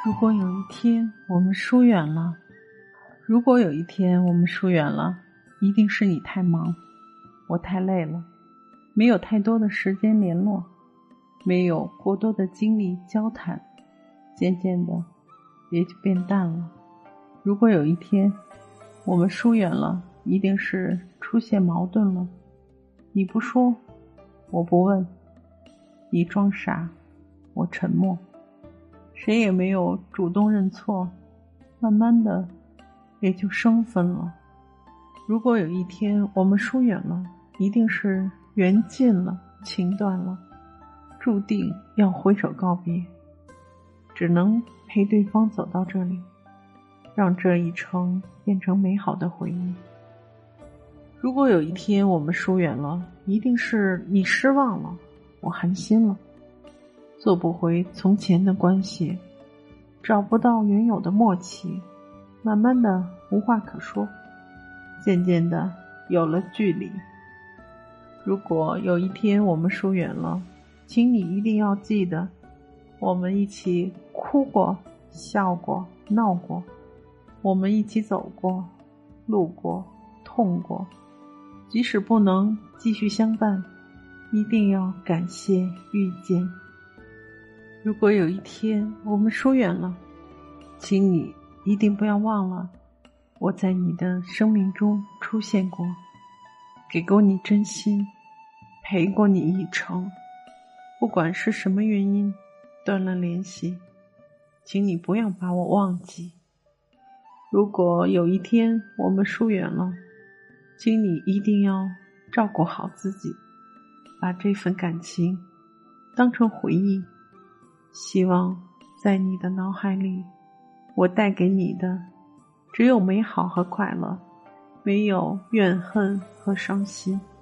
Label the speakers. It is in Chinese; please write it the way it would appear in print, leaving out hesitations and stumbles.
Speaker 1: 如果有一天我们疏远了，如果有一天我们疏远了，一定是你太忙，我太累了，没有太多的时间联络，没有过多的精力交谈，渐渐的也就变淡了。如果有一天我们疏远了，一定是出现矛盾了，你不说，我不问，你装傻，我沉默，谁也没有主动认错，慢慢的也就生分了。如果有一天我们疏远了，一定是缘尽了，情断了，注定要挥手告别，只能陪对方走到这里，让这一程变成美好的回忆。如果有一天我们疏远了，一定是你失望了，我寒心了，做不回从前的关系，找不到原有的默契，慢慢的无话可说，渐渐的有了距离。如果有一天我们疏远了，请你一定要记得，我们一起哭过，笑过，闹过，我们一起走过，路过，痛过，即使不能继续相伴，一定要感谢遇见。如果有一天我们疏远了，请你一定不要忘了，我在你的生命中出现过，给过你真心，陪过你一程。不管是什么原因断了联系，请你不要把我忘记。如果有一天我们疏远了，请你一定要照顾好自己，把这份感情当成回忆。希望在你的脑海里，我带给你的只有美好和快乐，没有怨恨和伤心。